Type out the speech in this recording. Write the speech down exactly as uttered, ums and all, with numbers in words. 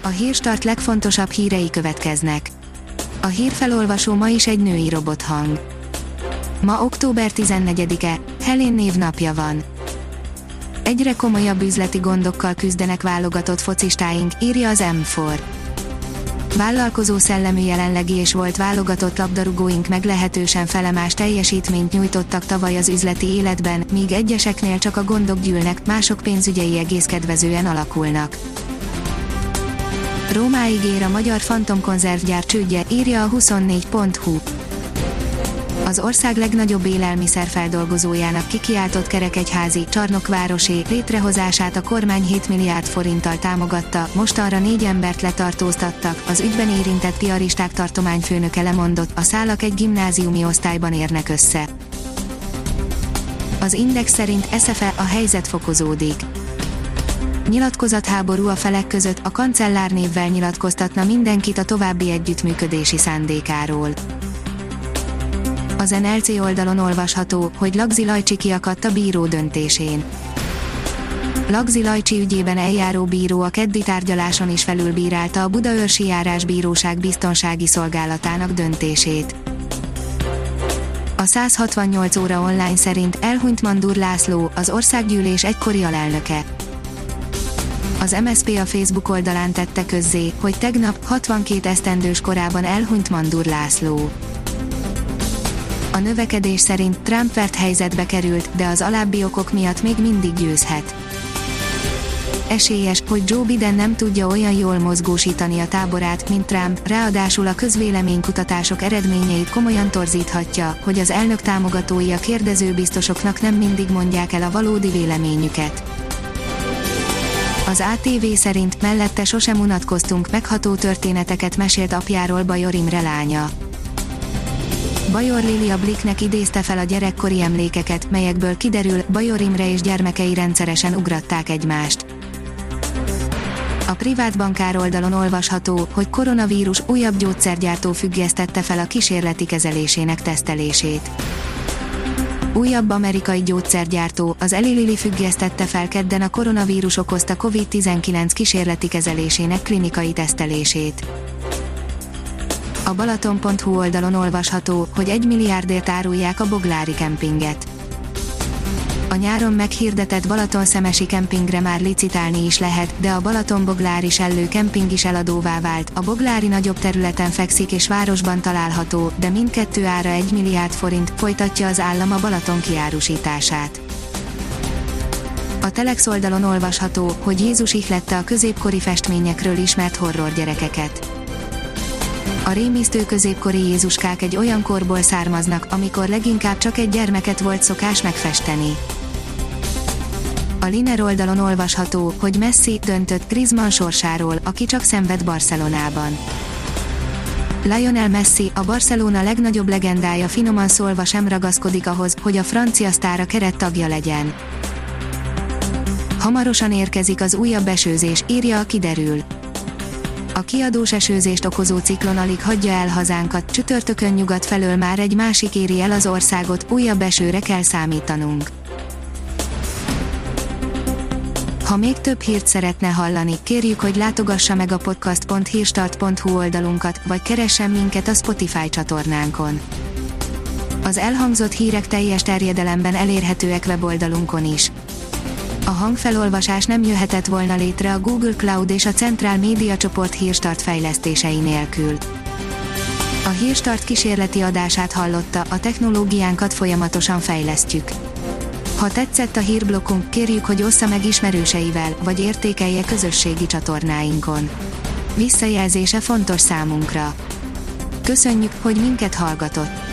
A Hírstart legfontosabb hírei következnek. A hírfelolvasó ma is egy női robothang. Ma október tizennegyedike, Helén névnapja van. Egyre komolyabb üzleti gondokkal küzdenek válogatott focistáink, írja az M négy. Vállalkozó szellemű jelenlegi és volt válogatott labdarúgóink meglehetősen felemás teljesítményt nyújtottak tavaly az üzleti életben, míg egyeseknél csak a gondok gyűlnek, mások pénzügyei egész kedvezően alakulnak. Rómáig ér a magyar fantomkonzervgyár csődje, írja a huszonnégy pont hu. Az ország legnagyobb élelmiszerfeldolgozójának kikiáltott Kerekegyházi, Csarnokvárosé létrehozását a kormány hét milliárd forinttal támogatta, mostanra négy embert letartóztattak, az ügyben érintett piaristák tartományfőnöke lemondott, a szálak egy gimnáziumi osztályban érnek össze. Az Index szerint eszefe a helyzet fokozódik. Nyilatkozatháború a felek között, a kancellárnévvel nyilatkoztatna mindenkit a további együttműködési szándékáról. Az en el cé oldalon olvasható, hogy Lagzi Lajcsi kiakadt a bíró döntésén. Lagzi Lajcsi ügyében eljáró bíró a keddi tárgyaláson is felülbírálta a Budaörsi Járásbíróság biztonsági szolgálatának döntését. A száz hatvannyolc óra online szerint elhunyt Mandur László, az országgyűlés egykori alelnöke. Az em es zé pé a Facebook oldalán tette közzé, hogy tegnap, hatvankét esztendős korában elhunyt Mandur László. A növekedés szerint Trump vert helyzetbe került, de az alábbi okok miatt még mindig győzhet. Esélyes, hogy Joe Biden nem tudja olyan jól mozgósítani a táborát, mint Trump, ráadásul a közvéleménykutatások eredményeit komolyan torzíthatja, hogy az elnök támogatói a kérdezőbiztosoknak nem mindig mondják el a valódi véleményüket. Az á té vé szerint mellette sosem unatkoztunk, megható történeteket mesélt apjáról Bajor Imre lánya. Bajor Lilia Bliknek idézte fel a gyerekkori emlékeket, melyekből kiderül, Bajor Imre és gyermekei rendszeresen ugratták egymást. A privát bankár oldalon olvasható, hogy koronavírus újabb gyógyszergyártó függesztette fel a kísérleti kezelésének tesztelését. Újabb amerikai gyógyszergyártó, az Eli Lilly függesztette fel kedden a koronavírus okozta kovid tizenkilenc kísérleti kezelésének klinikai tesztelését. A Balaton pont hu oldalon olvasható, hogy egy milliárdért árulják a boglári kempinget. A nyáron meghirdetett Balaton-szemesi kempingre már licitálni is lehet, de a Balaton-boglári sellő kemping is eladóvá vált. A boglári nagyobb területen fekszik és városban található, de mindkettő ára egy milliárd forint, folytatja az állam a Balaton kiárusítását. A Telex oldalon olvasható, hogy Jézus ihlette a középkori festményekről ismert horror gyerekeket. A rémisztő középkori Jézuskák egy olyan korból származnak, amikor leginkább csak egy gyermeket volt szokás megfesteni. A Liner oldalon olvasható, hogy Messi döntött Griezmann sorsáról, aki csak szenved Barcelonában. Lionel Messi, a Barcelona legnagyobb legendája finoman szólva sem ragaszkodik ahhoz, hogy a francia sztár a keret tagja legyen. Hamarosan érkezik az újabb esőzés, írja a Kiderül. A kiadós esőzést okozó ciklon alig hagyja el hazánkat, csütörtökön nyugat felől már egy másik éri el az országot, újabb esőre kell számítanunk. Ha még több hírt szeretne hallani, kérjük, hogy látogassa meg a podcast pont hírstart pont hu oldalunkat, vagy keressen minket a Spotify csatornánkon. Az elhangzott hírek teljes terjedelemben elérhetőek weboldalunkon is. A hangfelolvasás nem jöhetett volna létre a Google Cloud és a Central Media csoport Hírstart fejlesztései nélkül. A Hírstart kísérleti adását hallotta, a technológiánkat folyamatosan fejlesztjük. Ha tetszett a hírblokkunk, kérjük, hogy ossza meg ismerőseivel, vagy értékelje közösségi csatornáinkon. Visszajelzése fontos számunkra. Köszönjük, hogy minket hallgatott!